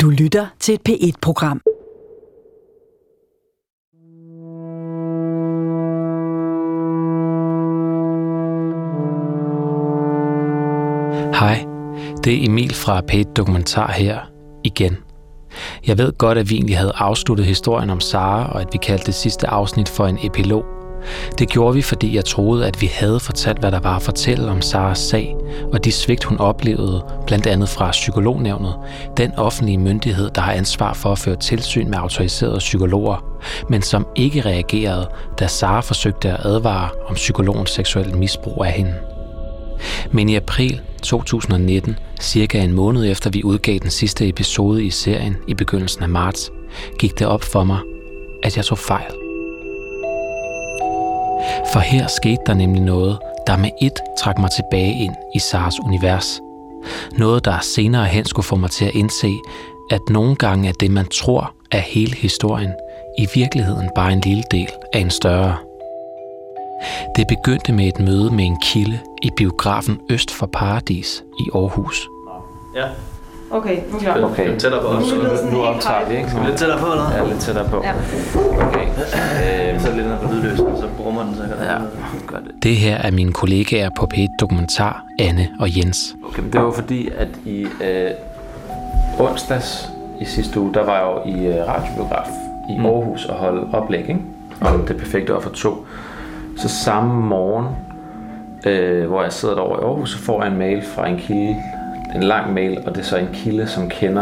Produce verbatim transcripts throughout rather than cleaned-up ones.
Du lytter til et P et program. Hej, det er Emil fra P et Dokumentar her igen. Jeg ved godt, at vi egentlig havde afsluttet historien om Sara, og at vi kaldte det sidste afsnit for en epilog. Det gjorde vi, fordi jeg troede, at vi havde fortalt, hvad der var at fortælle om Saras sag, og de svigt, hun oplevede, blandt andet fra Psykolognævnet, den offentlige myndighed, der har ansvar for at føre tilsyn med autoriserede psykologer, men som ikke reagerede, da Sara forsøgte at advare om psykologens seksuelle misbrug af hende. Men i april to tusind nitten, cirka en måned efter vi udgav den sidste episode i serien i begyndelsen af marts, gik det op for mig, at jeg tog fejl. For her skete der nemlig noget, der med ét trak mig tilbage ind i Saras univers. Noget, der senere hen skulle få mig til at indse, at nogle gange er det, man tror er hele historien, i virkeligheden bare en lille del af en større. Det begyndte med et møde med en kilde i biografen Øst for Paradis i Aarhus. Ja. Okay, nu er jeg okay. Lidt tættere på os. Nu, nu optager vi, ikke? Lidt tættere på, eller? Ja, lidt tættere på. Ja. Okay. Øh, så lidt ned på lydløsningen, så brummer den så. Ja, gør det. Det her er mine kollegaer på P et Dokumentar, Anne og Jens. Okay, men det var fordi, at i øh, onsdags i sidste uge, der var jeg jo i øh, radiobiograf i mm. Aarhus og holde oplæg, ikke? Om det perfekte offer to. Så samme morgen, øh, hvor jeg sidder derovre i Aarhus, så får jeg en mail fra en kilde, en lang mail, og det er så en kilde, som kender,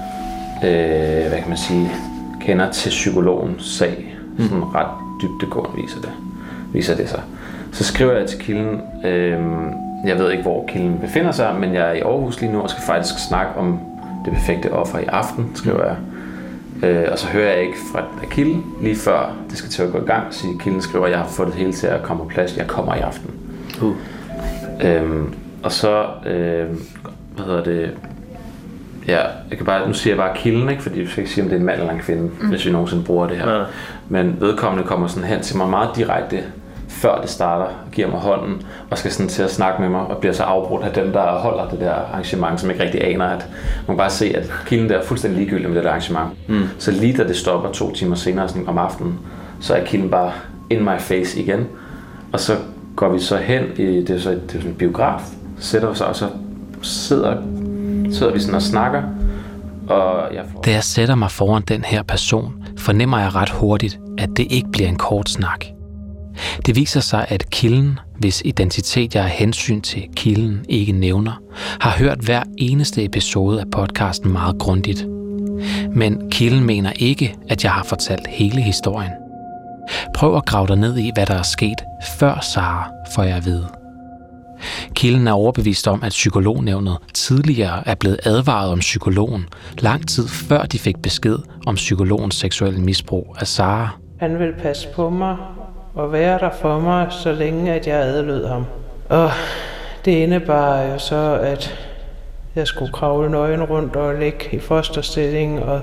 øh, hvad kan man sige, kender til psykologens sag. Mm. Sådan ret dybdegående viser det, viser det sig. Så skriver jeg til kilden, øh, jeg ved ikke, hvor kilden befinder sig, men jeg er i Aarhus lige nu og skal faktisk snakke om det perfekte offer i aften, skriver jeg. Øh, og så hører jeg ikke fra kilden lige før det skal til at gå i gang, så kilden skriver, at jeg har fået det hele til at komme på plads, jeg kommer i aften. Uh. Øhm, og så, øh, hvad hedder det, ja, jeg kan bare, nu siger jeg bare kilden, ikke, fordi jeg skal ikke sige, om det er en mand eller en kvinde, mm. hvis vi nogensinde bruger det her. Ja. Men vedkommende kommer sådan hen til mig meget direkte, før det starter, giver mig hånden, og skal sådan til at snakke med mig, og bliver så afbrudt af dem, der holder det der arrangement, som ikke rigtig aner, at man kan bare se, at kilden der er fuldstændig ligegyldig med det der arrangement. Mm. Så lige da det stopper to timer senere sådan om aftenen, så er kilden bare in my face igen, og så går vi så hen i, det er så det er sådan en biograf, sætter vi så, og så sidder, sidder vi sådan og snakker, og jeg får... Da jeg sætter mig foran den her person, fornemmer jeg ret hurtigt, at det ikke bliver en kort snak. Det viser sig, at kilden, hvis identitet jeg af hensyn til kilden ikke nævner, har hørt hver eneste episode af podcasten meget grundigt. Men kilden mener ikke, at jeg har fortalt hele historien. Prøv at grave dig ned i, hvad der er sket før Sara, får jeg at vide. Kilden er overbevist om, at Psykolognævnet tidligere er blevet advaret om psykologen, lang tid før de fik besked om psykologens seksuelle misbrug af Sara. Han vil passe på mig og være der for mig, så længe at jeg adlød ham. Og det indebar jo så, at jeg skulle kravle nøgen rundt og ligge i fosterstilling, og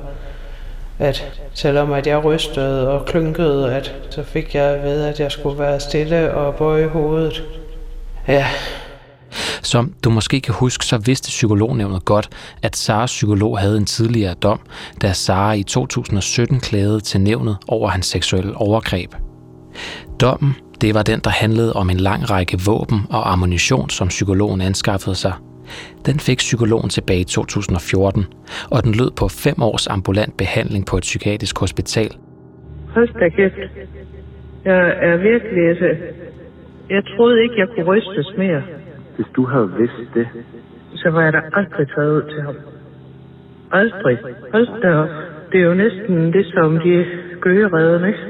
at selvom at jeg rystede og klynkede, at så fik jeg ved, at jeg skulle være stille og bøje hovedet. Ja. Som du måske kan huske, så vidste Psykolognævnet godt, at Saras psykolog havde en tidligere dom, da Sara i to tusind sytten klagede til nævnet over hans seksuelle overgreb. Dommen, det var den, der handlede om en lang række våben og ammunition, som psykologen anskaffede sig. Den fik psykologen tilbage i to tusind fjorten, og den lød på fem års ambulant behandling på et psykiatrisk hospital. Hold da kæft. Jeg er virkelig... Altså, jeg troede ikke, jeg kunne rystes mere. Hvis du havde vidst det, så var jeg da aldrig taget ud til ham. Aldrig. Hold da op. Det er jo næsten det, som de gøgeredden, ikke?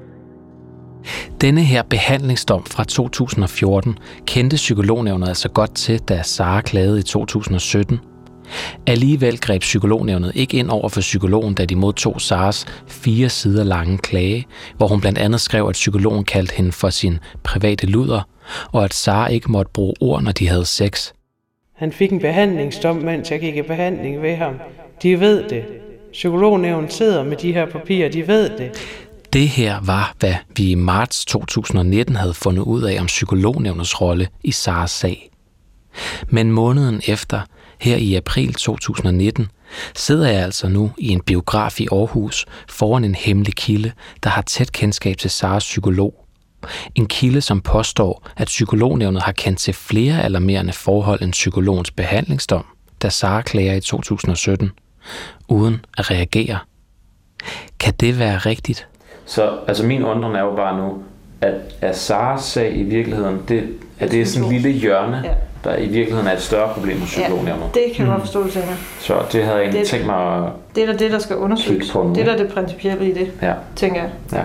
Denne her behandlingsdom fra to tusind fjorten kendte Psykolognævnet altså godt til, da Sara klagede i to tusind sytten. Alligevel greb Psykolognævnet ikke ind over for psykologen, da de modtog Saras fire sider lange klage, hvor hun blandt andet skrev, at psykologen kaldte hende for sin private luder, og at Sara ikke måtte bruge ord, når de havde sex. Han fik en behandlingsdom, mens jeg gik i behandling ved ham. De ved det. Psykolognævnet sidder med de her papirer, de ved det. Det her var, hvad vi i marts to tusind nitten havde fundet ud af om Psykolognævnets rolle i Saras sag. Men måneden efter, her i april to tusind nitten, sidder jeg altså nu i en biograf i Aarhus foran en hemmelig kilde, der har tæt kendskab til Saras psykolog. En kilde, som påstår, at psykolognævnet har kendt til flere alarmerende forhold end psykologens behandlingsdom, da Sara klager i to tusind og sytten, uden at reagere. Kan det være rigtigt? Så altså min undren er jo bare nu, at er Saras sag i virkeligheden, det, er det sådan en lille hjørne, ja. Der i virkeligheden er et større problem hos psykolognævnet? Ja, det kan jeg godt forstå, du tænker. Så det havde jeg egentlig tænkt mig at det er da det, der skal undersøges. Det er da det principielle i det, ja. Tænker jeg. Ja.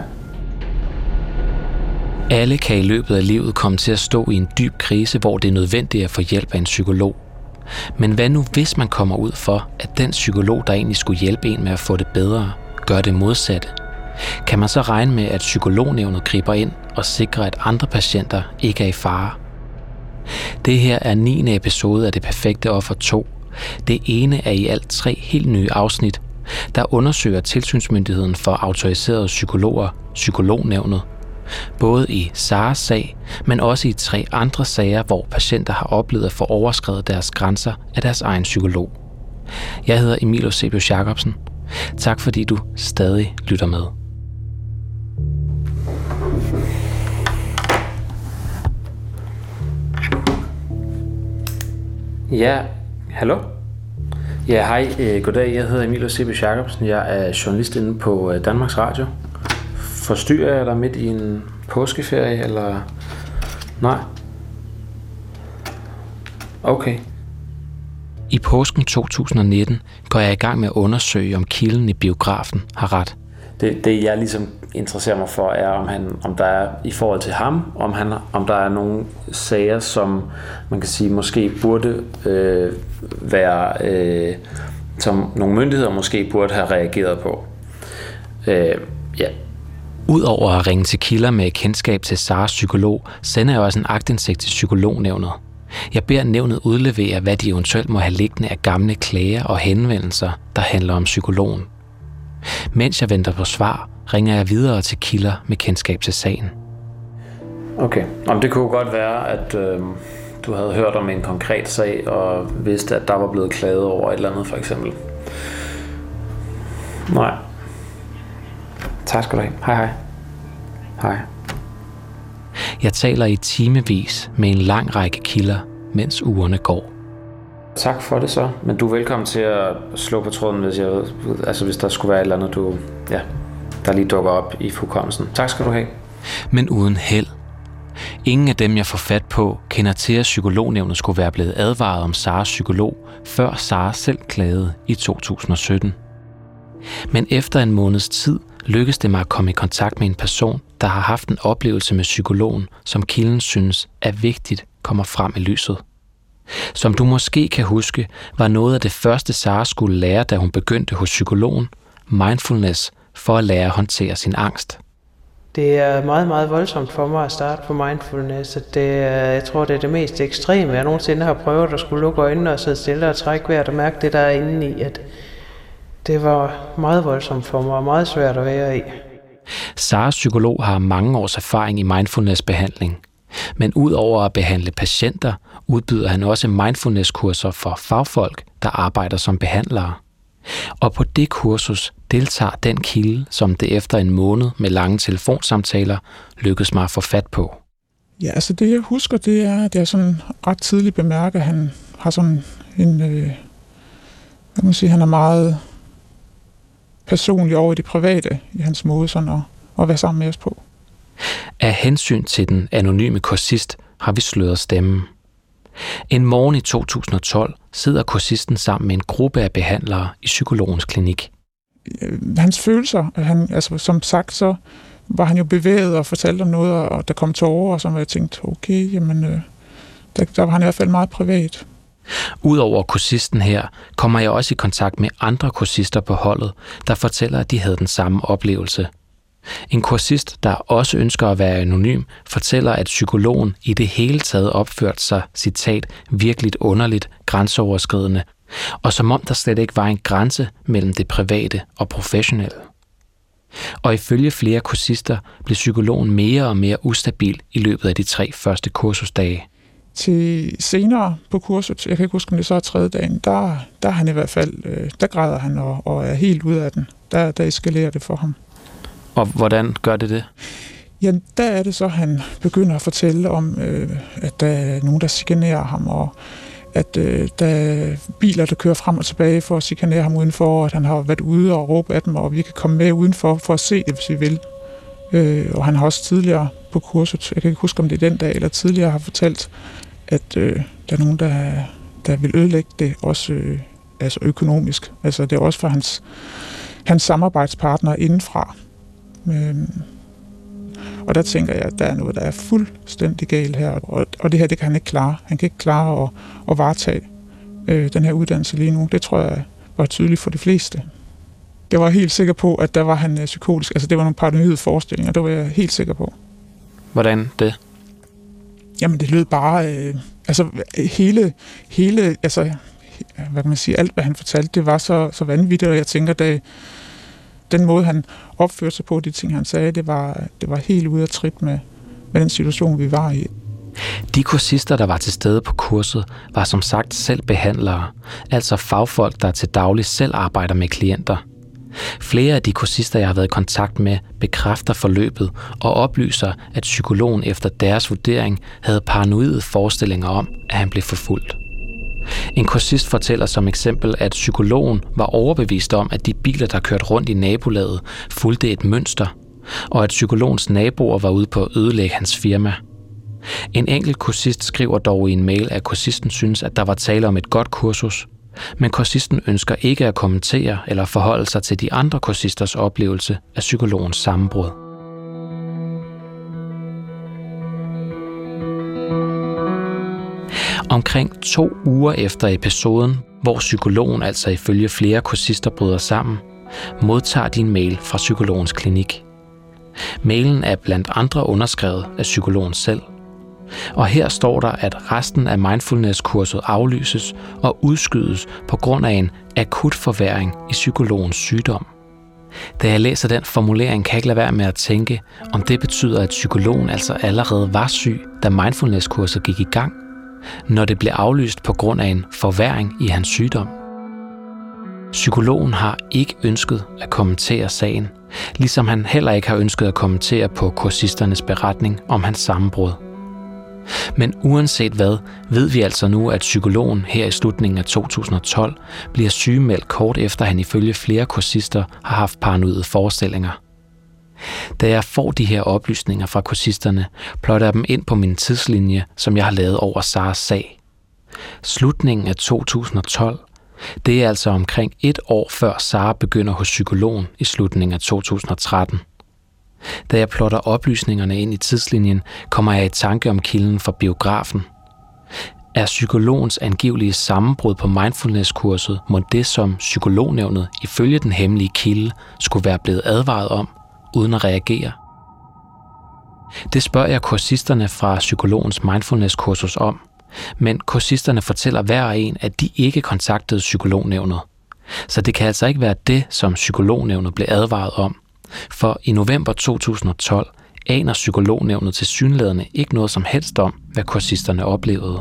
Alle kan i løbet af livet komme til at stå i en dyb krise, hvor det er nødvendigt at få hjælp af en psykolog. Men hvad nu, hvis man kommer ud for, at den psykolog, der egentlig skulle hjælpe en med at få det bedre, gør det modsatte? Kan man så regne med, at psykolognævnet griber ind og sikrer, at andre patienter ikke er i fare? Det her er niende episode af Det Perfekte Offer to. Det ene er i alt tre helt nye afsnit, der undersøger tilsynsmyndigheden for autoriserede psykologer, psykolognævnet, både i Saras sag, men også i tre andre sager, hvor patienter har oplevet at få overskredet deres grænser af deres egen psykolog. Jeg hedder Emil Eusebius Jacobsen. Tak fordi du stadig lytter med. Ja, hallo? Ja, hej. Øh, goddag. Jeg hedder Emil Eusebius Jacobsen. Jeg er journalist inde på øh, Danmarks Radio. Forstyrrer jeg dig midt i en påskeferie, eller? Nej? Okay. I påsken to tusind og nitten går jeg i gang med at undersøge, om kilden i biografen har ret. Det, det jeg ligesom interesserer mig for, er, om, han, om der er i forhold til ham, om, han, om der er nogle sager, som man kan sige måske burde øh, være, øh, som nogle myndigheder måske burde have reageret på. Øh, ja. Udover at ringe til kilder med kendskab til Saras psykolog, sender jeg også en aktindsigt til psykolognævnet. Jeg beder nævnet udlevere, hvad de eventuelt må have liggende af gamle klager og henvendelser, der handler om psykologen. Mens jeg venter på svar, ringer jeg videre til kilder med kendskab til sagen. Okay, Jamen, det kunne godt være, at øh, du havde hørt om en konkret sag og vidste, at der var blevet klaget over et eller andet, for eksempel. Nej. Tak skal du have. Hej hej. Hej. Jeg taler i timevis med en lang række kilder, mens ugerne går. Tak for det så, men du er velkommen til at slå på tråden, hvis, jeg, altså hvis der skulle være et eller andet, du, ja, der lige dukker op i hukommelsen. Tak skal du have. Men uden held. Ingen af dem, jeg får fat på, kender til, at psykolognævnet skulle være blevet advaret om Saras psykolog, før Sara selv klagede i to tusind og sytten. Men efter en måneds tid lykkedes det mig at komme i kontakt med en person, der har haft en oplevelse med psykologen, som kilden synes er vigtigt kommer frem i lyset. Som du måske kan huske, var noget af det første, Sara skulle lære, da hun begyndte hos psykologen, mindfulness, for at lære at håndtere sin angst. Det er meget, meget voldsomt for mig at starte på mindfulness. Det er, jeg tror, det er det mest ekstreme, jeg nogensinde har prøvet at skulle lukke øjnene og sidde stille og trække vejret og mærke det, der er inde i. At det var meget voldsomt for mig og meget svært at være i. Saras psykolog har mange års erfaring i mindfulness-behandling. Men udover at behandle patienter, udbyder han også mindfulness-kurser for fagfolk, der arbejder som behandlere. Og på det kursus deltager den kilde, som det efter en måned med lange telefonsamtaler lykkedes mig at få fat på. Ja, altså det jeg husker, det er, det er sådan ret tidligt bemærket, at han har sådan en, øh, hvad kan man sige, han er meget personlig over i det private i hans måde sådan at, at være sammen med os på. Af hensyn til den anonyme kursist har vi sløret stemmen. En morgen i to tusind og tolv sidder kursisten sammen med en gruppe af behandlere i psykologens klinik. Hans følelser, han, altså som sagt, så var han jo bevæget og fortalte om noget, og der kom tårer, og så var jeg tænkt, okay, jamen, øh, der, der var han i hvert fald meget privat. Udover kursisten her, kommer jeg også i kontakt med andre kursister på holdet, der fortæller, at de havde den samme oplevelse. En kursist, der også ønsker at være anonym, fortæller, at psykologen i det hele taget opførte sig, citat, virkelig underligt, grænseoverskridende, og som om der slet ikke var en grænse mellem det private og professionelle. Og ifølge flere kursister blev psykologen mere og mere ustabil i løbet af de tre første kursusdage. til senere på kurset, jeg kan ikke huske, om det så er tredje dagen, der, der er han i hvert fald, øh, der græder han og, og er helt ude af den. Der, der eskalerer det for ham. Og hvordan gør det det? Ja, der er det så, at han begynder at fortælle om, øh, at der er nogen, der chikanerer ham, og at øh, der er biler, der kører frem og tilbage for at chikanere ham udenfor, og at han har været ude og råbe af dem, og vi kan komme med udenfor for at se det, hvis vi vil. Øh, og han har også tidligere på kurset, jeg kan ikke huske, om det er den dag, eller tidligere har fortalt, at øh, der er nogen, der, der vil ødelægge det, også øh, altså økonomisk. Altså det er også for hans, hans samarbejdspartnere indenfra. Men, og der tænker jeg, at der er noget, der er fuldstændig galt her, og, og det her, det kan han ikke klare. Han kan ikke klare at, at varetage øh, den her uddannelse lige nu. Det tror jeg var tydeligt for de fleste. Jeg var helt sikker på, at der var han psykotisk. Altså det var nogle paranoide forestillinger, det var jeg helt sikker på. Hvordan det? Jamen det lød bare, øh, altså hele, hele, altså hvad kan man sige, alt hvad han fortalte, det var så, så vanvittigt, og jeg tænker, at den måde han opførte sig på, de ting han sagde, det var, det var helt ude af trit med, med den situation, vi var i. De kursister, der var til stede på kurset, var som sagt selv behandlere, altså fagfolk, der til daglig selv arbejder med klienter. Flere af de kursister, jeg har været i kontakt med, bekræfter forløbet og oplyser, at psykologen efter deres vurdering havde paranoide forestillinger om, at han blev forfulgt. En kursist fortæller som eksempel, at psykologen var overbevist om, at de biler, der kørte rundt i nabolaget, fulgte et mønster, og at psykologens naboer var ude på at ødelægge hans firma. En enkelt kursist skriver dog i en mail, at kursisten synes, at der var tale om et godt kursus, men kursisten ønsker ikke at kommentere eller forholde sig til de andre kursisters oplevelse af psykologens sammenbrud. Omkring to uger efter episoden, hvor psykologen altså ifølge flere kursister bryder sammen, modtager de en mail fra psykologens klinik. Mailen er blandt andre underskrevet af psykologen selv. Og her står der, at resten af mindfulness-kurset aflyses og udskydes på grund af en akut forværring i psykologens sygdom. Da jeg læser den formulering, kan jeg ikke lade være med at tænke, om det betyder, at psykologen altså allerede var syg, da mindfulness-kurset gik i gang, når det blev aflyst på grund af en forværring i hans sygdom. Psykologen har ikke ønsket at kommentere sagen, ligesom han heller ikke har ønsket at kommentere på kursisternes beretning om hans sammenbrud. Men uanset hvad, ved vi altså nu, at psykologen her i slutningen af to tusind og tolv bliver sygemeldt kort efter, han ifølge flere kursister har haft paranoide forestillinger. Da jeg får de her oplysninger fra kursisterne, plotter jeg dem ind på min tidslinje, som jeg har lavet over Saras sag. Slutningen af to tusind og tolv, det er altså omkring et år før Sara begynder hos psykologen i slutningen af to tusind og tretten. Da jeg plotter oplysningerne ind i tidslinjen, kommer jeg i tanke om kilden fra biografen. Er psykologens angivelige sammenbrud på mindfulness-kurset må det, som psykolognævnet ifølge den hemmelige kilde skulle være blevet advaret om, uden at reagere? Det spørger jeg kursisterne fra psykologens mindfulness-kursus om, men kursisterne fortæller hver og en, at de ikke kontaktede psykolognævnet. Så det kan altså ikke være det, som psykolognævnet blev advaret om. For i november to tusind og tolv aner psykolognævnet tilsyneladende ikke noget som helst om, hvad kursisterne oplevede.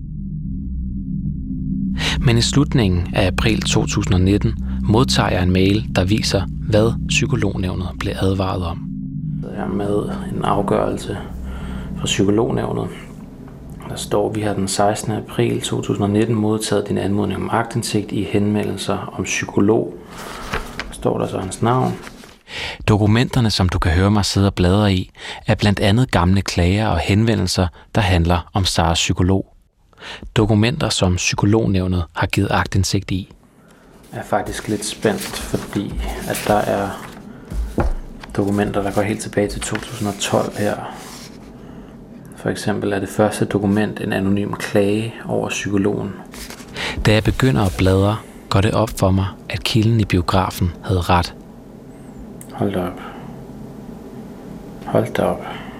Men i slutningen af april to tusind og nitten modtager jeg en mail, der viser, hvad psykolognævnet blev advaret om. Jeg er med en afgørelse fra psykolognævnet. Der står, at vi har den sekstende april to tusind og nitten modtaget din anmodning om aktindsigt i henvendelser om psykolog. Der står der så hans navn. Dokumenterne, som du kan høre mig sidde og bladre i, er blandt andet gamle klager og henvendelser, der handler om Saras psykolog. Dokumenter, som psykolognævnet har givet aktindsigt i. Jeg er faktisk lidt spændt, fordi at der er dokumenter, der går helt tilbage til to tusind og tolv her. For eksempel er det første dokument en anonym klage over psykologen. Da jeg begynder at bladre, går det op for mig, at kilden i biografen havde ret. Hold da op. Hold da op.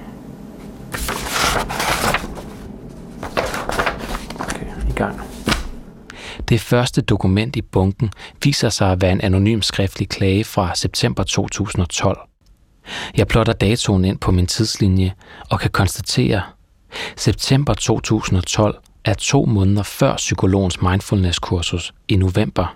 Okay, i gang. Det første dokument i bunken viser sig at være en anonym skriftlig klage fra september to tusind og tolv. Jeg plotter datoen ind på min tidslinje og kan konstatere, September to tusind og tolv er to måneder før psykologens mindfulness-kursus i november.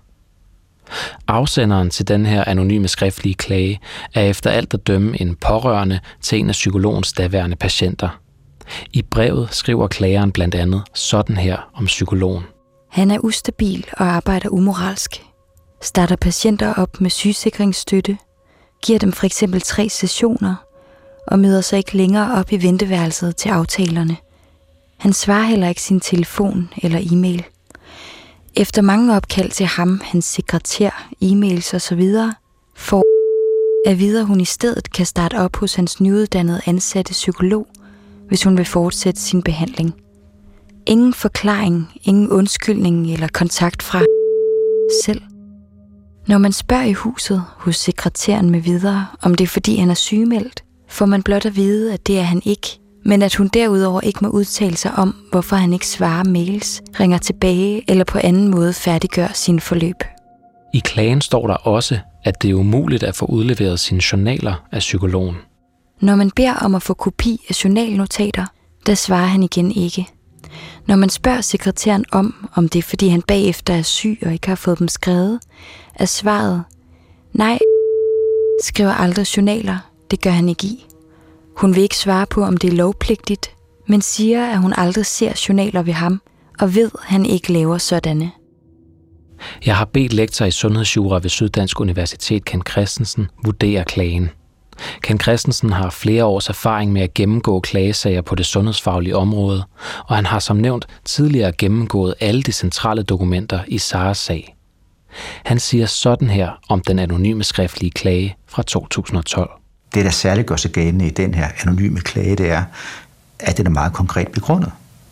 Afsenderen til den her anonyme skriftlige klage er efter alt at dømme en pårørende til en af psykologens daværende patienter. I brevet skriver klageren blandt andet sådan her om psykologen. Han er ustabil og arbejder umoralsk. Starter patienter op med sygesikringsstøtte, giver dem for eksempel tre sessioner og møder sig ikke længere op i venteværelset til aftalerne. Han svarer heller ikke sin telefon eller e-mail. Efter mange opkald til ham, hans sekretær, e-mails osv., får at vide, at hun i stedet kan starte op hos hans nyuddannede ansatte psykolog, hvis hun vil fortsætte sin behandling. Ingen forklaring, ingen undskyldning eller kontakt fra selv. Når man spørger i huset hos sekretæren med videre, om det er fordi han er sygemeldt, får man blot at vide, at det er han ikke, men at hun derudover ikke må udtale sig om, hvorfor han ikke svarer mails, ringer tilbage eller på anden måde færdiggør sin forløb. I klagen står der også, at det er umuligt at få udleveret sine journaler af psykologen. Når man beder om at få kopi af journalnotater, der svarer han igen ikke. Når man spørger sekretæren om, om det er fordi han bagefter er syg og ikke har fået dem skrevet, er svaret, nej, skriver aldrig journaler, det gør han ikke i. Hun vil ikke svare på, om det er lovpligtigt, men siger, at hun aldrig ser journaler ved ham, og ved, at han ikke laver sådanne. Jeg har bedt lektor i sundhedsjura ved Syddansk Universitet, Ken Christensen, vurdere klagen. Ken Christensen har flere års erfaring med at gennemgå klagesager på det sundhedsfaglige område, og han har som nævnt tidligere gennemgået alle de centrale dokumenter i Saras sag. Han siger sådan her om den anonyme skriftlige klage fra to tusind og tolv. Det, der særligt gør sig gældende i den her anonyme klage, det er, at den er meget konkret begrundet.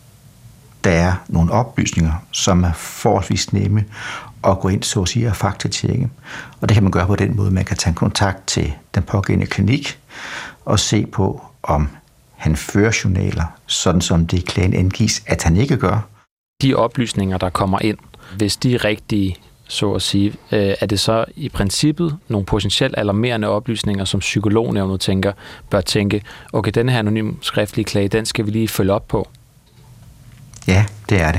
Der er nogle oplysninger, som er forholdsvis nemme at gå ind, så at sige, og faktatjekke. Og det kan man gøre på den måde, man kan tage kontakt til den pågældende klinik og se på, om han fører journaler, sådan som det i klagen angives, at han ikke gør. De oplysninger, der kommer ind, hvis de er rigtige, så at sige, er det så i princippet nogle potentielt alarmerende oplysninger, som psykolognævnet tænker, bør tænke, okay, denne her anonyme skriftlige klage, den skal vi lige følge op på? Ja, det er det.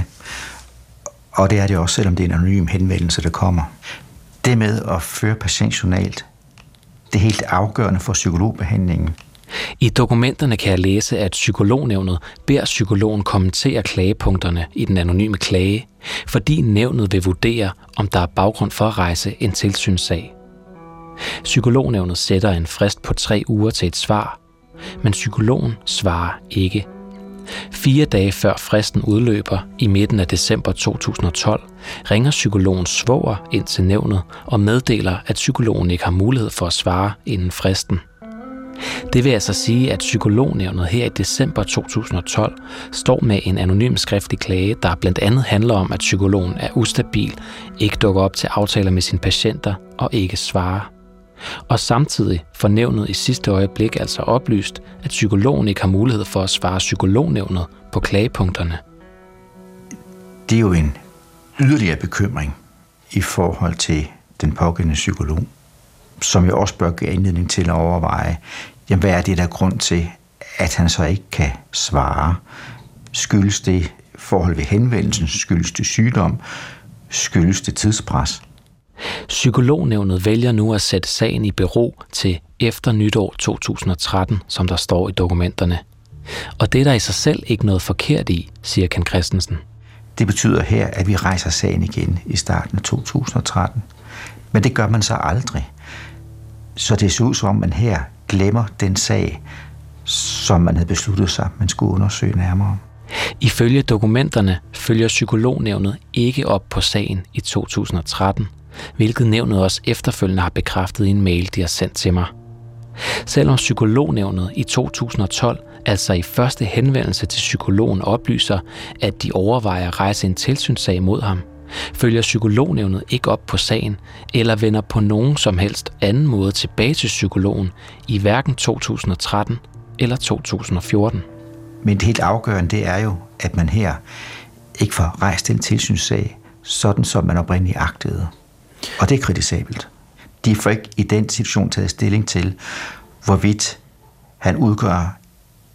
Og det er det også, selvom det er en anonym henvendelse, der kommer. Det med at føre patientjournalt, det er helt afgørende for psykologbehandlingen. I dokumenterne kan jeg læse, at psykolognævnet beder psykologen kommentere klagepunkterne i den anonyme klage, fordi nævnet vil vurdere, om der er baggrund for at rejse en tilsynssag. Psykolognævnet sætter en frist på tre uger til et svar, men psykologen svarer ikke. Fire dage før fristen udløber i midten af december to tusind og tolv, ringer psykologens svoger ind til nævnet og meddeler, at psykologen ikke har mulighed for at svare inden fristen. Det vil altså sige, at psykolognævnet her i december to tusind og tolv står med en anonym skriftlig klage, der blandt andet handler om, at psykologen er ustabil, ikke dukker op til aftaler med sine patienter og ikke svarer. Og samtidig får nævnet i sidste øjeblik altså oplyst, at psykologen ikke har mulighed for at svare psykolognævnet på klagepunkterne. Det er jo en yderligere bekymring i forhold til den pågældende psykolog, som jeg også bør give anledning til at overveje, jamen, hvad er det, der er grund til, at han så ikke kan svare? Skyldes det forhold ved henvendelsen? Skyldes det sygdom? Skyldes det tidspres? Psykolognævnet vælger nu at sætte sagen i bero til efter nytår to tusind og tretten, som der står i dokumenterne. Og det er der i sig selv ikke noget forkert i, siger Ken Christensen. Det betyder her, at vi rejser sagen igen i starten af to tusind og tretten. Men det gør man så aldrig. Så det ser ud som om, man her glemmer den sag, som man havde besluttet sig, man skulle undersøge nærmere. Ifølge dokumenterne følger psykolognævnet ikke op på sagen i to tusind og tretten, hvilket nævnet også efterfølgende har bekræftet i en mail, de har sendt til mig. Selvom psykolognævnet i to tusind og tolv altså i første henvendelse til psykologen oplyser, at de overvejer at rejse en tilsynssag mod ham, følger psykolognævnet ikke op på sagen eller vender på nogen som helst anden måde tilbage til psykologen i hverken to tusind og tretten eller to tusind og fjorten. Men det helt afgørende, det er jo, at man her ikke får rejst en tilsynssag, sådan som man oprindeligt agtede. Og det er kritisabelt. De får ikke i den situation taget stilling til, hvorvidt han udgør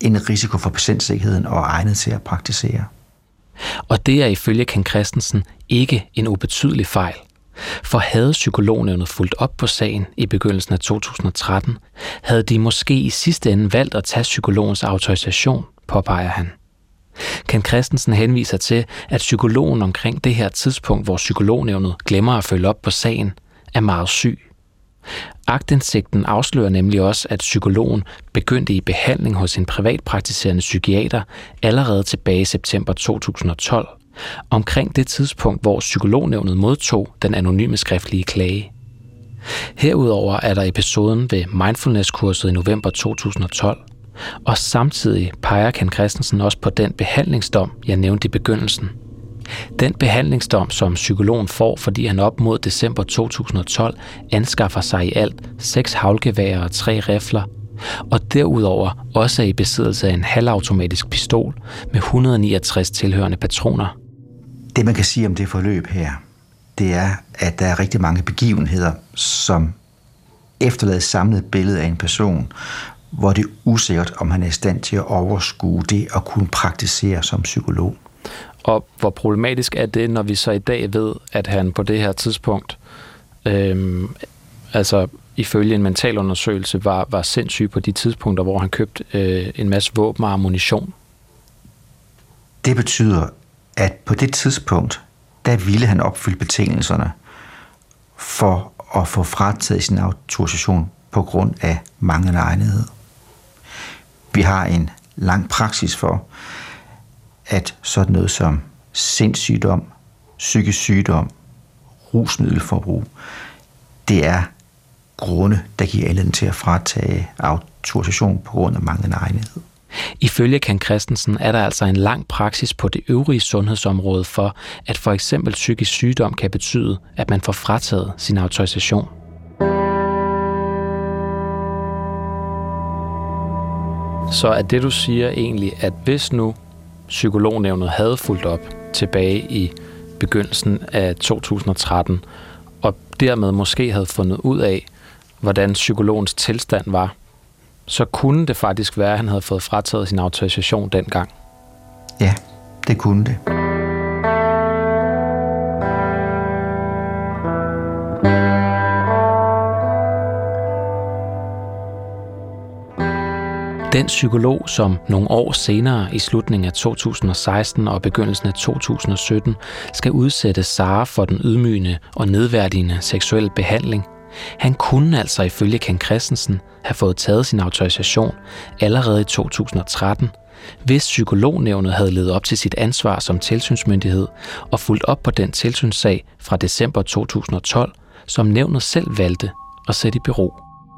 en risiko for patientsikkerheden og egnet til at praktisere. Og det er ifølge Ken Christensen ikke en ubetydelig fejl. For havde Psykolognævnet fulgt op på sagen i begyndelsen af to tusind og tretten, havde de måske i sidste ende valgt at tage psykologens autorisation, påpeger han. Ken Christensen henviser til, at psykologen omkring det her tidspunkt, hvor Psykolognævnet glemmer at følge op på sagen, er meget syg. Aktindsigten afslører nemlig også, at psykologen begyndte i behandling hos en privatpraktiserende psykiater allerede tilbage i september to tusind og tolv, omkring det tidspunkt, hvor Psykolognævnet modtog den anonyme skriftlige klage. Herudover er der episoden ved mindfulness-kurset i november to tusind og tolv, og samtidig peger Ken Christensen også på den behandlingsdom, jeg nævnte i begyndelsen. Den behandlingsdom, som psykologen får, fordi han op mod december to tusind og tolv anskaffer sig i alt seks haglgeværer og tre rifler, og derudover også er i besiddelse af en halvautomatisk pistol med et hundrede og niogtres tilhørende patroner. Det, man kan sige om det forløb her, det er, at der er rigtig mange begivenheder, som efterlader et samlet billede af en person, hvor det er usikkert, om han er i stand til at overskue det og kunne praktisere som psykolog. Og hvor problematisk er det, når vi så i dag ved, at han på det her tidspunkt, øhm, altså ifølge en mentalundersøgelse, var, var sindssyg på de tidspunkter, hvor han købte øh, en masse våben og ammunition? Det betyder, at på det tidspunkt, der ville han opfylde betingelserne for at få frataget sin autorisation på grund af manglende egnethed. Vi har en lang praksis for, at sådan noget som sindssygdom, psykisk sygdom, rusmiddelforbrug, det er grunde, der giver anledning til at fratage autorisation på grund af manglende egnethed. Ifølge Ken Christensen er der altså en lang praksis på det øvrige sundhedsområde for, at for eksempel psykisk sygdom kan betyde, at man får frataget sin autorisation. Så er det, du siger egentlig, at hvis nu Psykolognævnet havde fulgt op tilbage i begyndelsen af to tusind og tretten, og dermed måske havde fundet ud af, hvordan psykologens tilstand var, så kunne det faktisk være, at han havde fået frataget sin autorisation dengang. Ja, det kunne det. Den psykolog, som nogle år senere i slutningen af to tusind og seksten og begyndelsen af to tusind og sytten skal udsætte Sara for den ydmygende og nedværdigende seksuelle behandling, han kunne altså ifølge Ken Christensen have fået taget sin autorisation allerede i to tusind og tretten, hvis Psykolognævnet havde levet op til sit ansvar som tilsynsmyndighed og fulgt op på den tilsynssag fra december to tusind og tolv, som nævnet selv valgte at sætte i bero.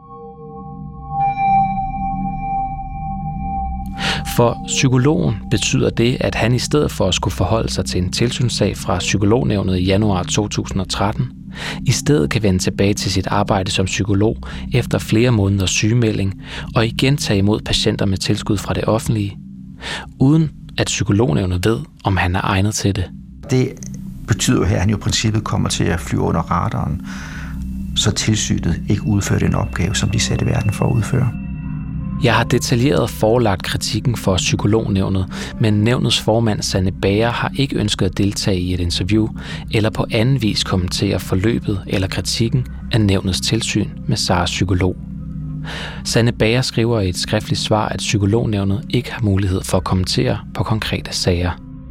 For psykologen betyder det, at han i stedet for at skulle forholde sig til en tilsynssag fra Psykolognævnet i januar to tusind og tretten, i stedet kan vende tilbage til sit arbejde som psykolog efter flere måneders sygemelding og igen tage imod patienter med tilskud fra det offentlige, uden at Psykolognævnet ved, om han er egnet til det. Det betyder jo her, at han jo i princippet kommer til at flyve under radaren, så tilsynet ikke udfører den opgave, som de satte i verden for at udføre. Jeg har detaljeret forelagt kritikken for Psykolognævnet, men nævnets formand Sanne Bager har ikke ønsket at deltage i et interview eller på anden vis kommentere forløbet eller kritikken af nævnets tilsyn med Saras psykolog. Sanne Bager skriver i et skriftligt svar, at Psykolognævnet ikke har mulighed for at kommentere på konkrete sager.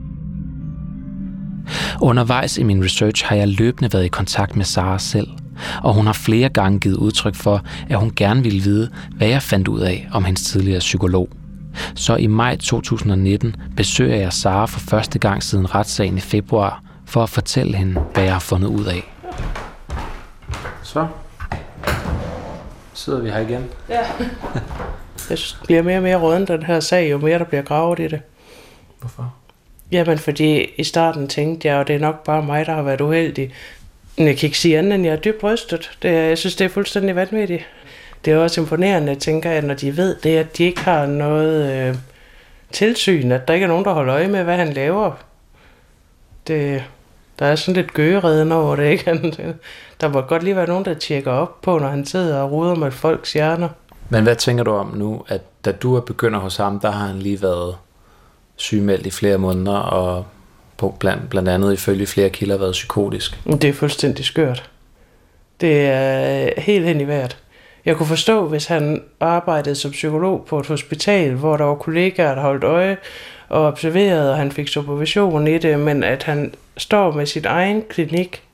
Undervejs i min research har jeg løbende været i kontakt med Sara selv, og hun har flere gange givet udtryk for, at hun gerne ville vide, hvad jeg fandt ud af om hendes tidligere psykolog. Så i maj to tusind og nitten besøger jeg Sara for første gang siden retssagen i februar, for at fortælle hende, hvad jeg har fundet ud af. Så sidder vi her igen. Ja. Jeg bliver mere og mere rådden, den her sag, jo mere der bliver gravet i det. Hvorfor? Jamen, fordi i starten tænkte jeg, og det er nok bare mig, der har været uheldig. Jeg kan ikke sige andet, end jeg er dybt rystet. Det er, jeg synes, det er fuldstændig vanvittigt. Det er også imponerende, tænker jeg, når de ved det, at de ikke har noget øh, tilsyn, at der ikke er nogen, der holder øje med, hvad han laver. Det, der er sådan lidt gøgereden over det, ikke? Der må godt lige være nogen, der tjekker op på, når han sidder og ruder med folks hjerner. Men hvad tænker du om nu, at da du er begynder hos ham, der har han lige været sygemeldt i flere måneder, og på blandt, blandt andet ifølge flere kilder været psykotisk. Det er fuldstændig skørt. Det er helt hen i vejret. Jeg kunne forstå, hvis han arbejdede som psykolog på et hospital, hvor der var kollegaer, der holdt øje og observerede, og han fik supervision i det, men at han står med sit egen klinik,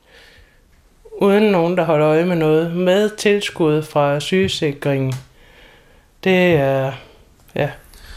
uden nogen, der holder øje med noget, med tilskud fra sygesikringen. Det er, ja,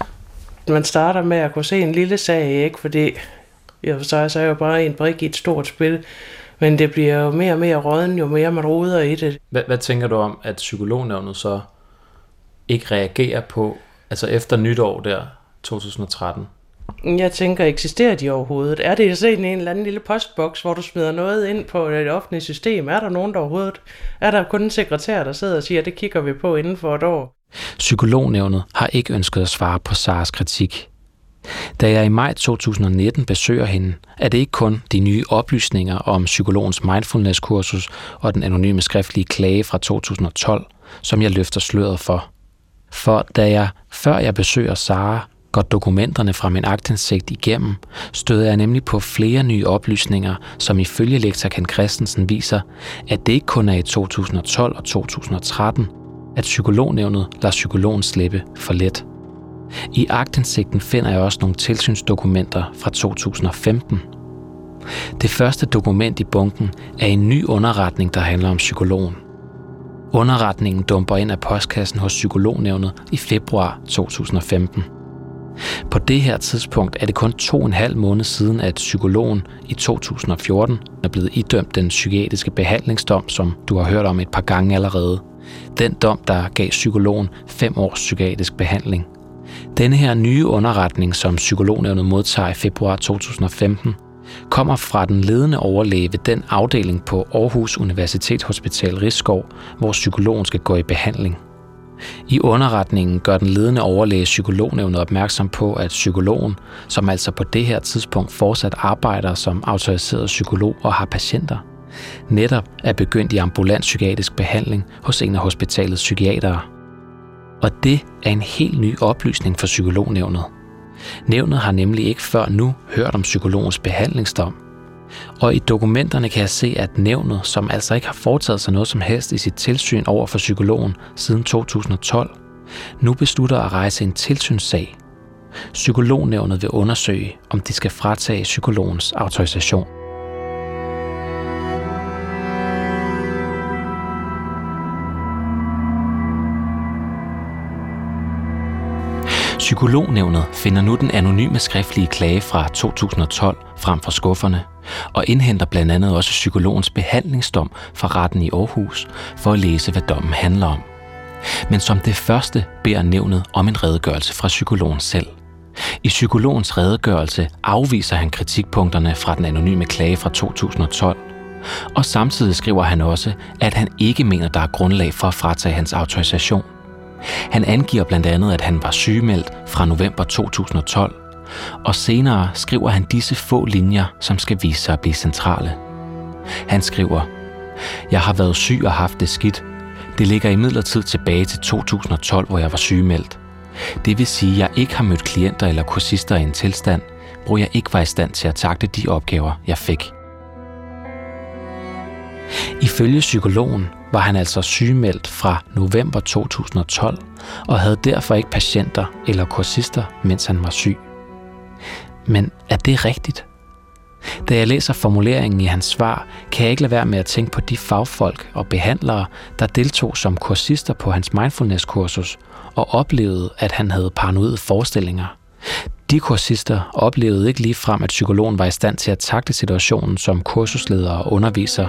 man starter med at kunne se en lille sag, ikke? Fordi jeg for sig, så er jo bare en brik i et stort spil, men det bliver jo mere og mere rådden, jo mere man roder i det. Hvad, hvad tænker du om, at psykolognævnet så ikke reagerer på, altså efter nytår der, to tusind og tretten? Jeg tænker, eksisterer de overhovedet? Er det sådan en eller anden lille postboks, hvor du smider noget ind på et offentligt system? Er der nogen der overhovedet? Er der kun en sekretær, der sidder og siger, at det kigger vi på inden for et år? Psykolognævnet har ikke ønsket at svare på Saras kritik. Da jeg i maj to tusind og nitten besøger hende, er det ikke kun de nye oplysninger om psykologens mindfulness-kursus og den anonyme skriftlige klage fra to tusind og tolv, som jeg løfter sløret for. For da jeg, før jeg besøger Sara, går dokumenterne fra min aktindsigt igennem, støder jeg nemlig på flere nye oplysninger, som ifølge lektor Ken Christensen viser, at det ikke kun er i to tusind og tolv og to tusind og tretten, at psykolognævnet lader psykologen slippe for let. I aktindsigten finder jeg også nogle tilsynsdokumenter fra to tusind og femten. Det første dokument i bunken er en ny underretning, der handler om psykologen. Underretningen dumper ind af postkassen hos psykolognævnet i februar to tusind og femten. På det her tidspunkt er det kun to og en halv måned siden, at psykologen i to tusind og fjorten er blevet idømt den psykiatriske behandlingsdom, som du har hørt om et par gange allerede. Den dom, der gav psykologen fem års psykiatrisk behandling. Denne her nye underretning, som psykolognævnet modtager i februar to tusind og femten, kommer fra den ledende overlæge ved den afdeling på Aarhus Universitetshospital Risskov, hvor psykologen skal gå i behandling. I underretningen gør den ledende overlæge psykolognævnet opmærksom på, at psykologen, som altså på det her tidspunkt fortsat arbejder som autoriseret psykolog og har patienter, netop er begyndt i ambulant psykiatrisk behandling hos en af hospitalets psykiatere. Og det er en helt ny oplysning for psykolognævnet. Nævnet har nemlig ikke før nu hørt om psykologens behandlingsdom. Og i dokumenterne kan jeg se, at nævnet, som altså ikke har foretaget sig noget som helst i sit tilsyn over for psykologen siden to tusind og tolv, nu beslutter at rejse en tilsynssag. Psykolognævnet vil undersøge, om de skal fratage psykologens autorisation. Psykolognævnet finder nu den anonyme skriftlige klage fra to tusind og tolv frem fra skufferne og indhenter blandt andet også psykologens behandlingsdom fra retten i Aarhus for at læse, hvad dommen handler om. Men som det første beder nævnet om en redegørelse fra psykologen selv. I psykologens redegørelse afviser han kritikpunkterne fra den anonyme klage fra to tusind og tolv, og samtidig skriver han også, at han ikke mener, der er grundlag for at fratage hans autorisation. Han angiver blandt andet, at han var sygemeldt fra november to tusind og tolv, og senere skriver han disse få linjer, som skal vise sig at blive centrale. Han skriver: "Jeg har været syg og haft det skidt. Det ligger imidlertid tilbage til to tusind og tolv, hvor jeg var sygemeldt. Det vil sige, at jeg ikke har mødt klienter eller kursister i en tilstand, hvor jeg ikke var i stand til at takle de opgaver, jeg fik." Ifølge psykologen var han altså sygemeldt fra november to tusind og tolv og havde derfor ikke patienter eller kursister, mens han var syg. Men er det rigtigt? Da jeg læser formuleringen i hans svar, kan jeg ikke lade være med at tænke på de fagfolk og behandlere, der deltog som kursister på hans mindfulness-kursus og oplevede, at han havde paranoide forestillinger. De kursister oplevede ikke ligefrem, at psykologen var i stand til at takle situationen som kursusleder og underviser.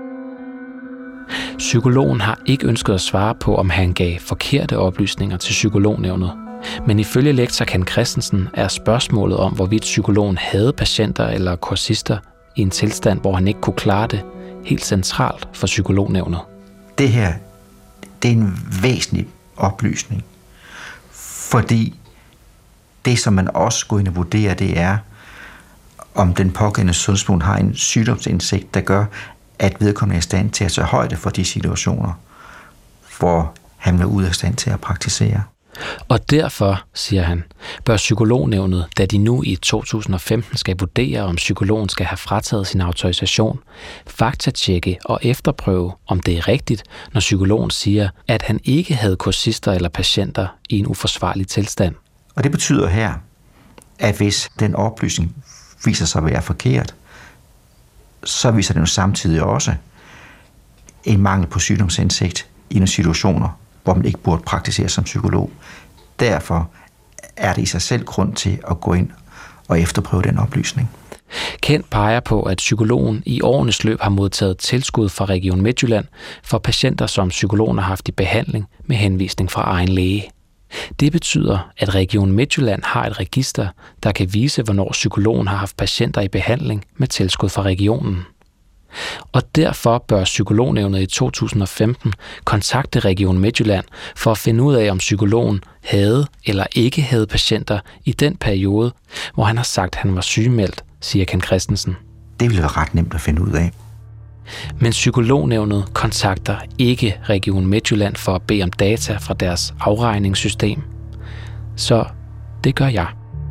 Psykologen har ikke ønsket at svare på, om han gav forkerte oplysninger til psykolognævnet. Men ifølge lektor Ken Christensen er spørgsmålet om, hvorvidt psykologen havde patienter eller kursister i en tilstand, hvor han ikke kunne klare det, helt centralt for psykolognævnet. Det her, det er en væsentlig oplysning, fordi det, som man også går ind og vurderer, det er, om den pågældende sundhedsperson har en sygdomsindsigt, der gør, at vedkommende er i stand til at tage højde for de situationer, hvor han er ude af stand til at praktisere. Og derfor, siger han, bør psykolognævnet, da de nu i to tusind og femten skal vurdere, om psykologen skal have frataget sin autorisation, faktatjekke og efterprøve, om det er rigtigt, når psykologen siger, at han ikke havde kursister eller patienter i en uforsvarlig tilstand. Og det betyder her, at hvis den oplysning viser sig at være forkert, så viser den jo samtidig også en mangel på sygdomsindsigt i nogle situationer, hvor man ikke burde praktisere som psykolog. Derfor er det i sig selv grund til at gå ind og efterprøve den oplysning. Kent peger på, at psykologen i årenes løb har modtaget tilskud fra Region Midtjylland for patienter, som psykologen har haft i behandling med henvisning fra egen læge. Det betyder, at Region Midtjylland har et register, der kan vise, hvornår psykologen har haft patienter i behandling med tilskud fra regionen. Og derfor bør Psykolognævnet i to tusind og femten kontakte Region Midtjylland for at finde ud af, om psykologen havde eller ikke havde patienter i den periode, hvor han har sagt, at han var sygemeldt, siger Ken Christensen. Det ville være ret nemt at finde ud af. Men Psykolognævnet kontakter ikke Region Midtjylland for at bede om data fra deres afregningssystem. Så det gør jeg.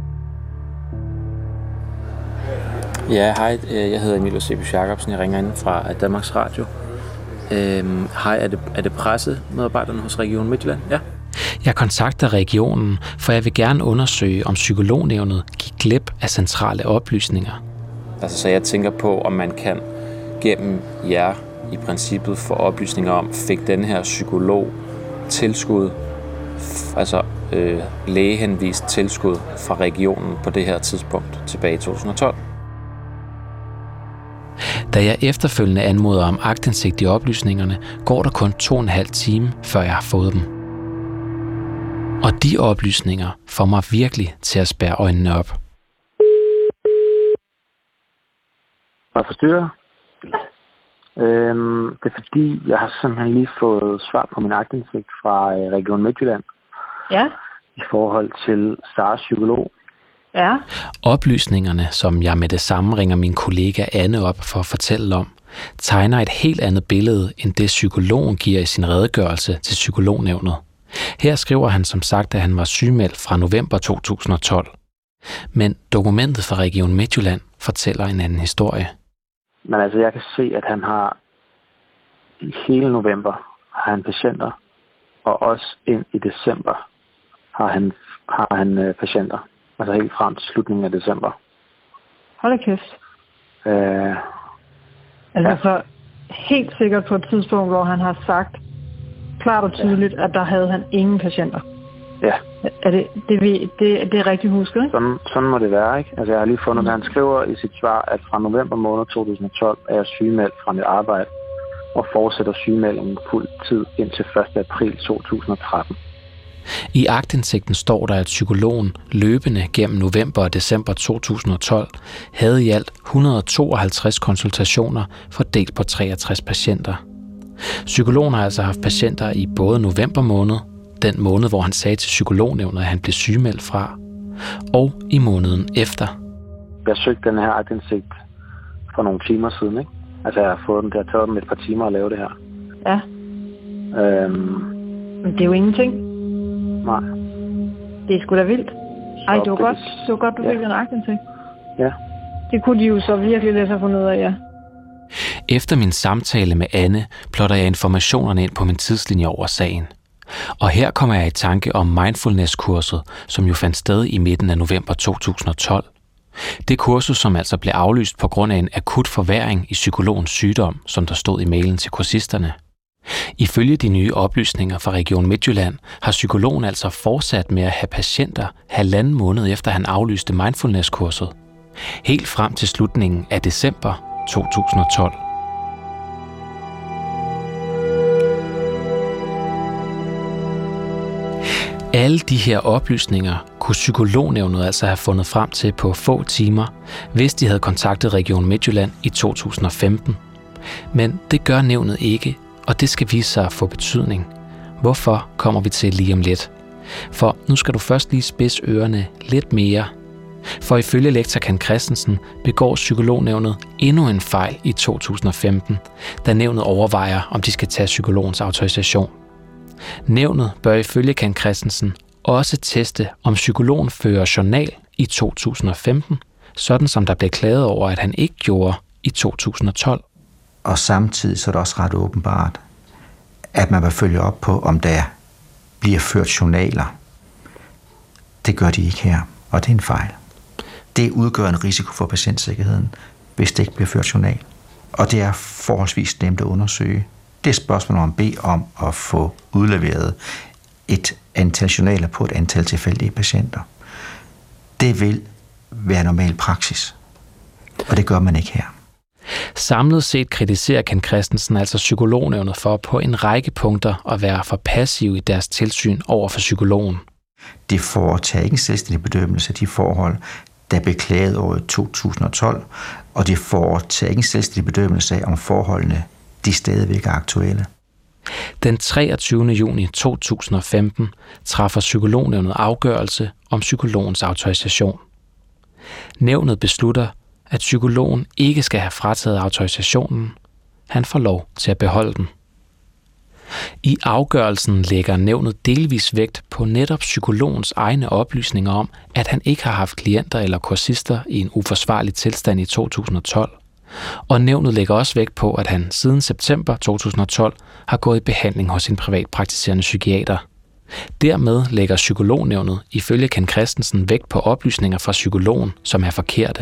Ja, hej. Jeg hedder Emil Eusebius Jacobsen. Jeg ringer ind fra Danmarks Radio. Øhm, hej, er det, er det pressemedarbejderne hos Region Midtjylland? Ja. Jeg kontakter regionen, for jeg vil gerne undersøge, om Psykolognævnet gik glip af centrale oplysninger. Altså, så jeg tænker på, om man kan gennem jer i princippet få oplysninger om, fik den her psykolog tilskud, altså øh, lægehenvist tilskud fra regionen på det her tidspunkt tilbage i to tusind og tolv. Da jeg efterfølgende anmoder om aktindsigt i oplysningerne, går der kun to og en halv time, før jeg har fået dem. Og de oplysninger får mig virkelig til at spærre øjnene op. Hvad forstyrrer? Øhm, det er fordi, jeg har simpelthen lige fået svar på min aktindsigt fra Region Midtjylland. Ja. I forhold til Saras psykolog. Ja. Oplysningerne, som jeg med det samme ringer min kollega Anne op for at fortælle om, tegner et helt andet billede, end det psykologen giver i sin redegørelse til Psykolognævnet. Her skriver han som sagt, at han var sygemeldt fra november to tusind og tolv. Men dokumentet fra Region Midtjylland fortæller en anden historie. Men altså, jeg kan se, at han har i hele november har han patienter, og også ind i december har han, har han øh, patienter. Altså helt frem til slutningen af december. Hold da kæft. Øh, altså ja. så helt sikkert på et tidspunkt, hvor han har sagt klart og tydeligt, ja. At der havde han ingen patienter. Ja. Er det, det, det, det er rigtigt husket, ikke? Sådan, sådan må det være, ikke? Altså jeg har lige fundet, mm. at han skriver i sit svar, at fra november måned to tusind og tolv er jeg sygemeldt fra mit arbejde og fortsætter sygemeldingen fuld tid indtil første april to tusind og tretten. I aktindsigten står der, at psykologen løbende gennem november og december to tusind og tolv havde i alt et hundrede og tooghalvtreds konsultationer fordelt på treogtres patienter. Psykologen har altså haft patienter i både november måned, den måned, hvor han sagde til Psykolognævnet, at han blev sygemeldt fra, og i måneden efter. Jeg søgte den her aktindsigt for nogle timer siden, ikke? Altså jeg har fået den, det har taget dem et par timer at lave det her. Ja. Øhm, Men det er jo ingenting. Nej. Det er sgu da vildt. Ej, det var godt, det var godt du fik ja. den aktindsigt. Ja. Det kunne de jo så virkelig læse have fundet ud af, ja. Efter min samtale med Anne, plotter jeg informationerne ind på min tidslinje over sagen. Og her kommer jeg i tanke om mindfulness-kurset, som jo fandt sted i midten af november to tusind og tolv. Det kursus, som altså blev aflyst på grund af en akut forværring i psykologens sygdom, som der stod i mailen til kursisterne. Ifølge de nye oplysninger fra Region Midtjylland har psykologen altså fortsat med at have patienter halvanden måned efter han aflyste mindfulness-kurset. Helt frem til slutningen af december to tusind og tolv. Alle de her oplysninger kunne Psykolognævnet altså have fundet frem til på få timer, hvis de havde kontaktet Region Midtjylland i to tusind og femten. Men det gør nævnet ikke, og det skal vise sig at få betydning. Hvorfor kommer vi til lige om lidt? For nu skal du først lige spidse ørerne lidt mere. For ifølge lektor Ken Christensen begår Psykolognævnet endnu en fejl i to tusind og femten, da nævnet overvejer, om de skal tage psykologens autorisation. Nævnet bør ifølge Ken Christensen også teste, om psykologen fører journal i to tusind og femten, sådan som der blev klaget over, at han ikke gjorde i to tusind og tolv. Og samtidig så er det også ret åbenbart, at man vil følge op på, om der bliver ført journaler. Det gør de ikke her, og det er en fejl. Det udgør en risiko for patientsikkerheden, hvis det ikke bliver ført journal. Og det er forholdsvis nemt at undersøge. Det er spørgsmål om at bede om at få udleveret et antal journaler på et antal tilfældige patienter. Det vil være normal praksis, og det gør man ikke her. Samlet set kritiserer Ken Christensen altså Psykolognævnet for på en række punkter at være for passiv i deres tilsyn over for psykologen. Det foretager ikke en selvstændig bedømmelse af de forhold, der blev klaget over i to tusind og tolv, og det foretager ikke en selvstændig bedømmelse af, om forholdene de stadigvæk er aktuelle. Den treogtyvende juni to tusind og femten træffer Psykolognævnet afgørelse om psykologens autorisation. Nævnet beslutter, at psykologen ikke skal have frataget autorisationen. Han får lov til at beholde den. I afgørelsen lægger nævnet delvis vægt på netop psykologens egne oplysninger om, at han ikke har haft klienter eller kursister i en uforsvarlig tilstand i to tusind og tolv. Og nævnet lægger også vægt på, at han siden september to tusind og tolv har gået i behandling hos en privatpraktiserende psykiater. Dermed lægger Psykolognævnet ifølge Ken Christensen vægt på oplysninger fra psykologen, som er forkerte.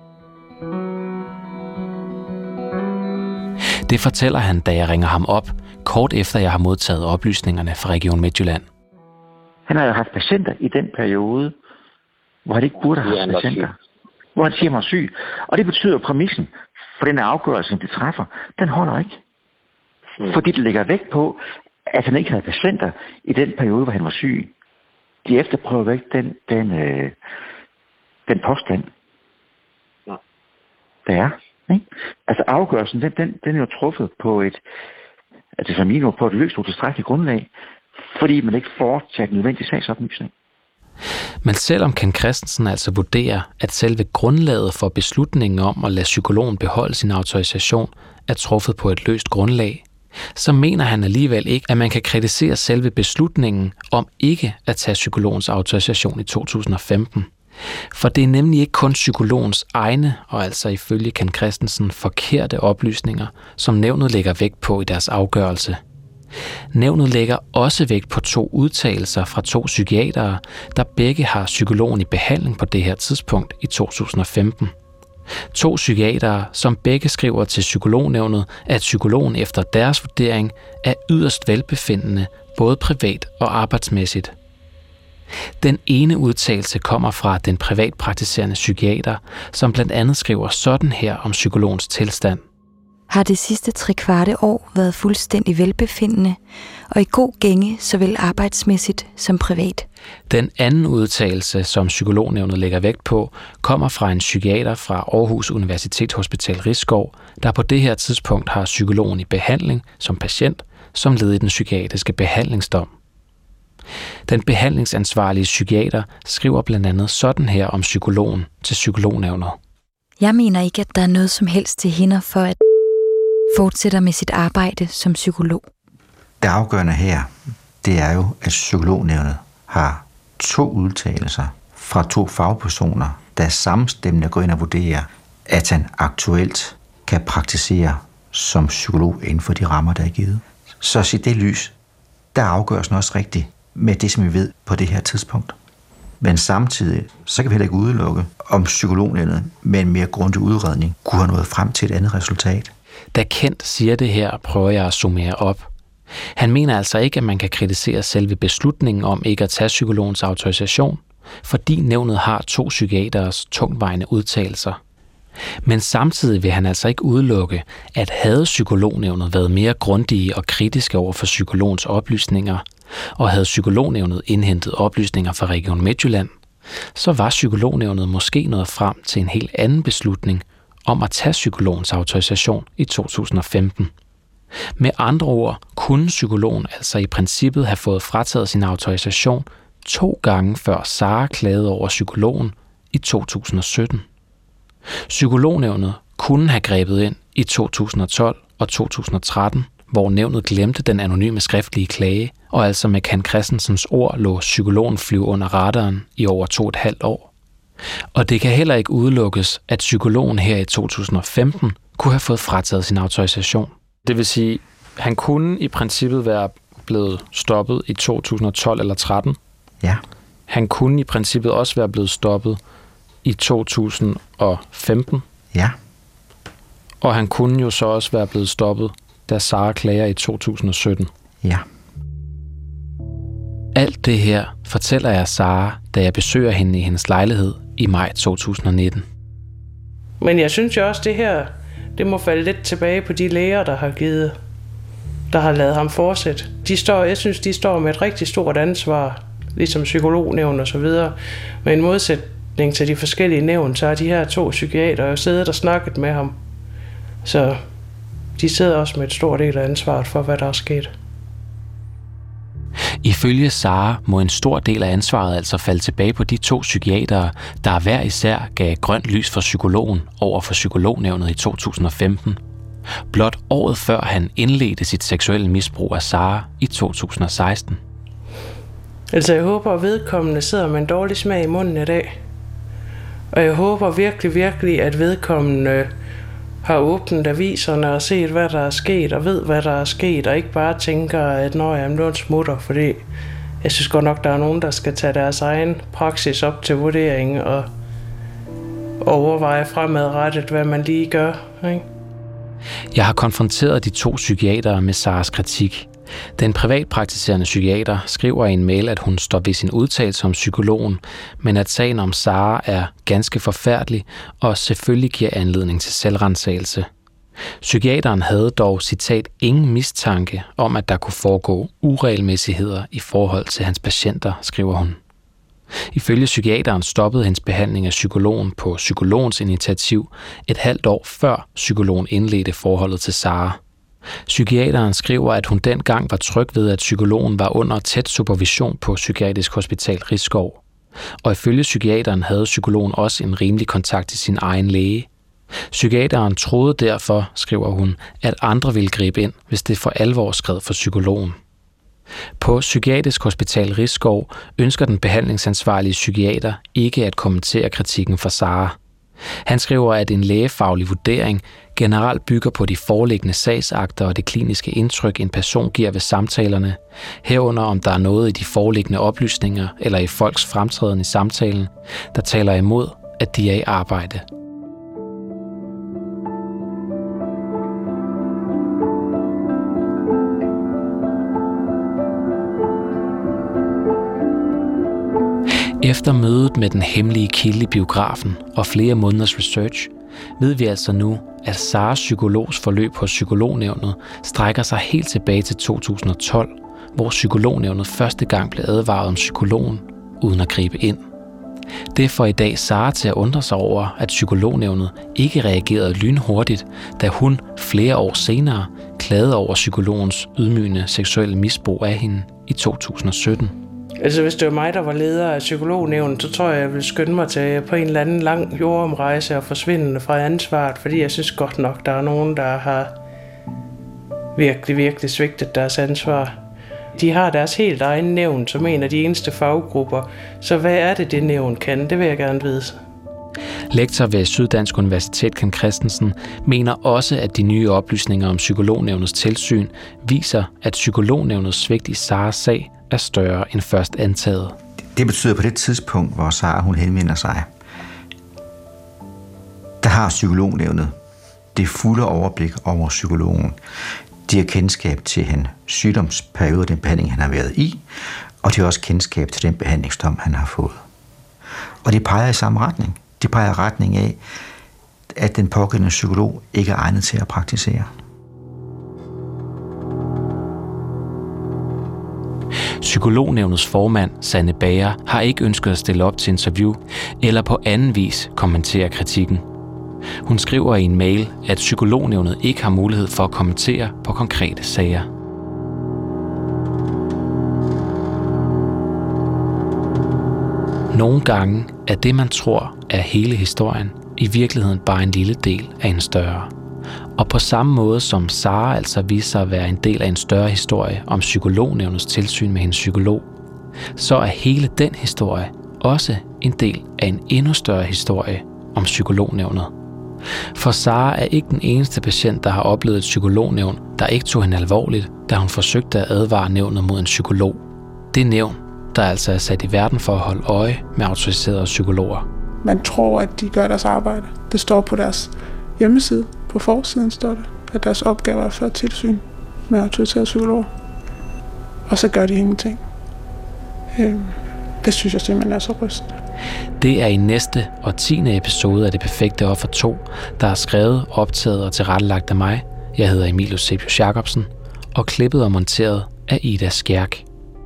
Det fortæller han, da jeg ringer ham op, kort efter jeg har modtaget oplysningerne fra Region Midtjylland. Han har jo haft patienter i den periode, hvor han ikke burde have haft patienter. Hvor han siger, at han er syg. Og det betyder, at præmissen for den afgørelse, som de træffer, den holder ikke. Mm. Fordi det lægger vægt på, at han ikke havde patienter i den periode, hvor han var syg. De efterprøver ikke den, den, øh, den påstand, ja. Der er. Ikke? Altså afgørelsen, den, den, den er jo truffet på et, altså for min på et løst utilstrækkeligt grundlag, fordi man ikke foretager den nødvendige sagsoplysning. Men selvom Ken Christensen altså vurderer, at selve grundlaget for beslutningen om at lade psykologen beholde sin autorisation er truffet på et løst grundlag, så mener han alligevel ikke, at man kan kritisere selve beslutningen om ikke at tage psykologens autorisation i to tusind og femten. For det er nemlig ikke kun psykologens egne, og altså ifølge Ken Christensen forkerte oplysninger, som nævnet lægger vægt på i deres afgørelse. Nævnet lægger også vægt på to udtalelser fra to psykiatere, der begge har psykologen i behandling på det her tidspunkt i to tusind og femten. To psykiatere, som begge skriver til Psykolognævnet, at psykologen efter deres vurdering er yderst velbefindende, både privat og arbejdsmæssigt. Den ene udtalelse kommer fra den privatpraktiserende psykiater, som blandt andet skriver sådan her om psykologens tilstand. Har det sidste tre kvarte år været fuldstændig velbefindende og i god gænge såvel arbejdsmæssigt som privat. Den anden udtalelse, som Psykolognævnet lægger vægt på, kommer fra en psykiater fra Aarhus Universitetshospital Risskov, der på det her tidspunkt har psykologen i behandling som patient, som led i den psykiatriske behandlingsdom. Den behandlingsansvarlige psykiater skriver blandt andet sådan her om psykologen til Psykolognævnet. Jeg mener ikke, at der er noget som helst til hinder for at fortsætter med sit arbejde som psykolog. Det afgørende her, det er jo, at Psykolognævnet har to udtalelser fra to fagpersoner, der samstemmende går ind og vurderer, at han aktuelt kan praktisere som psykolog inden for de rammer, der er givet. Så i det lys, der afgøres også rigtigt med det, som vi ved på det her tidspunkt. Men samtidig, så kan vi heller ikke udelukke, om Psykolognævnet med en mere grundig udredning kunne have nået frem til et andet resultat. Da Kent siger det her, prøver jeg at summere op. Han mener altså ikke, at man kan kritisere selve beslutningen om ikke at tage psykologens autorisation, fordi nævnet har to psykiaters tungtvejende udtalelser. Men samtidig vil han altså ikke udelukke, at havde Psykolognævnet været mere grundige og kritiske over for psykologens oplysninger, og havde Psykolognævnet indhentet oplysninger fra Region Midtjylland, så var Psykolognævnet måske nået frem til en helt anden beslutning om at tage psykologens autorisation i to tusind og femten. Med andre ord kunne psykologen altså i princippet have fået frataget sin autorisation to gange før Sara klagede over psykologen i to tusind og sytten. Psykolognævnet kunne have grebet ind i to tusind og tolv og to tusind og tretten, hvor nævnet glemte den anonyme skriftlige klage, og altså med Ken Christensens ord lå psykologen flyve under radaren i over to og et halvt år. Og det kan heller ikke udelukkes, at psykologen her i to tusind og femten kunne have fået frataget sin autorisation. Det vil sige, han kunne i princippet være blevet stoppet i to tusind og tolv eller tretten. Ja. Han kunne i princippet også være blevet stoppet i to tusind og femten. Ja. Og han kunne jo så også være blevet stoppet, da Sara klager i to tusind og sytten. Ja. Alt det her fortæller jeg Sara, da jeg besøger hende i hendes lejlighed i maj to tusind og nitten. Men jeg synes jo også, det her, det må falde lidt tilbage på de læger, der har givet, der har lavet ham fortsætte. De står, jeg synes, de står med et rigtig stort ansvar, ligesom psykolognævn og så videre. Men i modsætning til de forskellige nævn, så har de her to psykiater jo siddet og snakket med ham. Så de sidder også med et stort del af ansvaret for, hvad der er sket. Ifølge Sara må en stor del af ansvaret altså falde tilbage på de to psykiatere, der hver især gav grønt lys for psykologen over for psykolognævnet i to tusind og femten. Blot året før han indledte sit seksuelle misbrug af Sara i to tusind og seksten. Altså jeg håber, at vedkommende sidder med en dårlig smag i munden i dag. Og jeg håber virkelig, virkelig, at vedkommende har åbnet aviserne og set, hvad der er sket, og ved, hvad der er sket, og ikke bare tænker, at når jeg er en smutter, fordi jeg synes godt nok, der er nogen, der skal tage deres egen praksis op til vurdering og overveje fremadrettet, hvad man lige gør. Ikke? Jeg har konfronteret de to psykiatere med Saras kritik. Den privatpraktiserende psykiater skriver i en mail, at hun står ved sin udtalelse om psykologen, men at sagen om Sara er ganske forfærdelig og selvfølgelig giver anledning til selvrensagelse. Psykiateren havde dog, citat, ingen mistanke om, at der kunne foregå uregelmæssigheder i forhold til hans patienter, skriver hun. Ifølge psykiateren stoppede hendes behandling af psykologen på psykologens initiativ et halvt år før psykologen indledte forholdet til Sara. Psykiateren skriver, at hun dengang var tryg ved, at psykologen var under tæt supervision på Psykiatrisk Hospital Risskov. Og ifølge psykiateren havde psykologen også en rimelig kontakt til sin egen læge. Psykiateren troede derfor, skriver hun, at andre ville gribe ind, hvis det for alvor skred for psykologen. På Psykiatrisk Hospital Risskov ønsker den behandlingsansvarlige psykiater ikke at kommentere kritikken fra Sara. Han skriver, at en lægefaglig vurdering generelt bygger på de foreliggende sagsakter og det kliniske indtryk, en person giver ved samtalerne, herunder om der er noget i de foreliggende oplysninger eller i folks fremtræden i samtalen, der taler imod, at de er i arbejde. Efter mødet med den hemmelige kilde i biografen og flere måneders research, ved vi altså nu, at Saras psykologs forløb hos Psykolognævnet strækker sig helt tilbage til to tusind og tolv, hvor Psykolognævnet første gang blev advaret om psykologen, uden at gribe ind. Det får i dag Sara til at undre sig over, at Psykolognævnet ikke reagerede lynhurtigt, da hun flere år senere klagede over psykologens ydmygende seksuelle misbrug af hende i to tusind og sytten. Altså hvis det var mig, der var leder af Psykolognævnet, så tror jeg, jeg ville skynde mig til på en eller anden lang jordomrejse og forsvinde fra ansvaret, fordi jeg synes godt nok, der er nogen, der har virkelig, virkelig svigtet deres ansvar. De har deres helt egen nævn som en af de eneste faggrupper, så hvad er det, det nævn kan? Det vil jeg gerne vide. Lektor ved Syddansk Universitet, Ken Christensen, mener også, at de nye oplysninger om Psykolognævnets tilsyn viser, at Psykolognævnets svigt i Saras sag er større end først antaget. Det betyder, på det tidspunkt, hvor Sara hun henvender sig, der har Psykolognævnet det fulde overblik over psykologen. De har kendskab til hans sygdomsperiode, den behandling, han har været i, og de har også kendskab til den behandlingsdom, han har fået. Og de peger i samme retning. De peger i retning af, at den pågældende psykolog ikke er egnet til at praktisere. Psykolognævnets formand, Sanne Bager, har ikke ønsket at stille op til interview eller på anden vis kommentere kritikken. Hun skriver i en mail, at Psykolognævnet ikke har mulighed for at kommentere på konkrete sager. Nogle gange er det, man tror er hele historien, i virkeligheden bare en lille del af en større. Og på samme måde som Sara altså viser sig at være en del af en større historie om psykolognævnets tilsyn med hendes psykolog, så er hele den historie også en del af en endnu større historie om psykolognævnet. For Sara er ikke den eneste patient, der har oplevet et psykolognævn, der ikke tog hende alvorligt, da hun forsøgte at advare nævnet mod en psykolog. Det nævn, der altså er sat i verden for at holde øje med autoriserede psykologer. Man tror, at de gør deres arbejde. Det står på deres hjemmeside. På forsiden står det, at deres opgave er at føre tilsyn med autoriserede psykologer. Og så gør de ingenting. Det synes jeg simpelthen er så rystende. Det er i næste og tiende episode af Det Perfekte Offer to, der er skrevet, optaget og tilrettelagt af mig. Jeg hedder Emil Eusebius Jacobsen, og klippet og monteret af Ida Skjærk.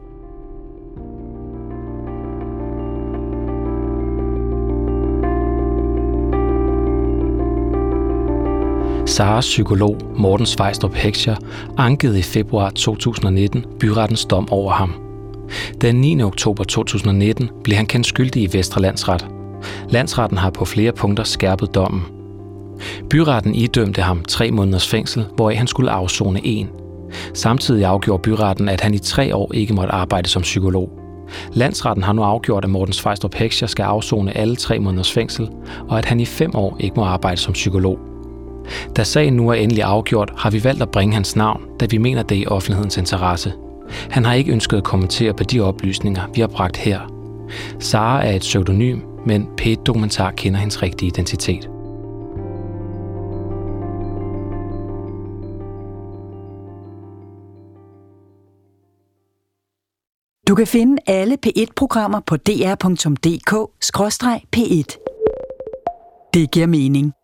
Saras psykolog Morten Svejstrup Heckscher ankede i februar to tusind og nitten byrettens dom over ham. Den niende oktober to tusind og nitten blev han kendt skyldig i Vestre Landsret. Landsretten har på flere punkter skærpet dommen. Byretten idømte ham tre måneders fængsel, hvoraf han skulle afsone en. Samtidig afgjorde byretten, at han i tre år ikke måtte arbejde som psykolog. Landsretten har nu afgjort, at Morten Svejstrup Heckscher skal afsone alle tre måneders fængsel, og at han i fem år ikke må arbejde som psykolog. Da sagen nu er endelig afgjort, har vi valgt at bringe hans navn, da vi mener det er i offentlighedens interesse. Han har ikke ønsket at kommentere på de oplysninger, vi har bragt her. Sara er et pseudonym, men P et Dokumentar kender hendes rigtige identitet. Du kan finde alle P et-programmer på d r punktum d k skråstreg p et. Det giver mening.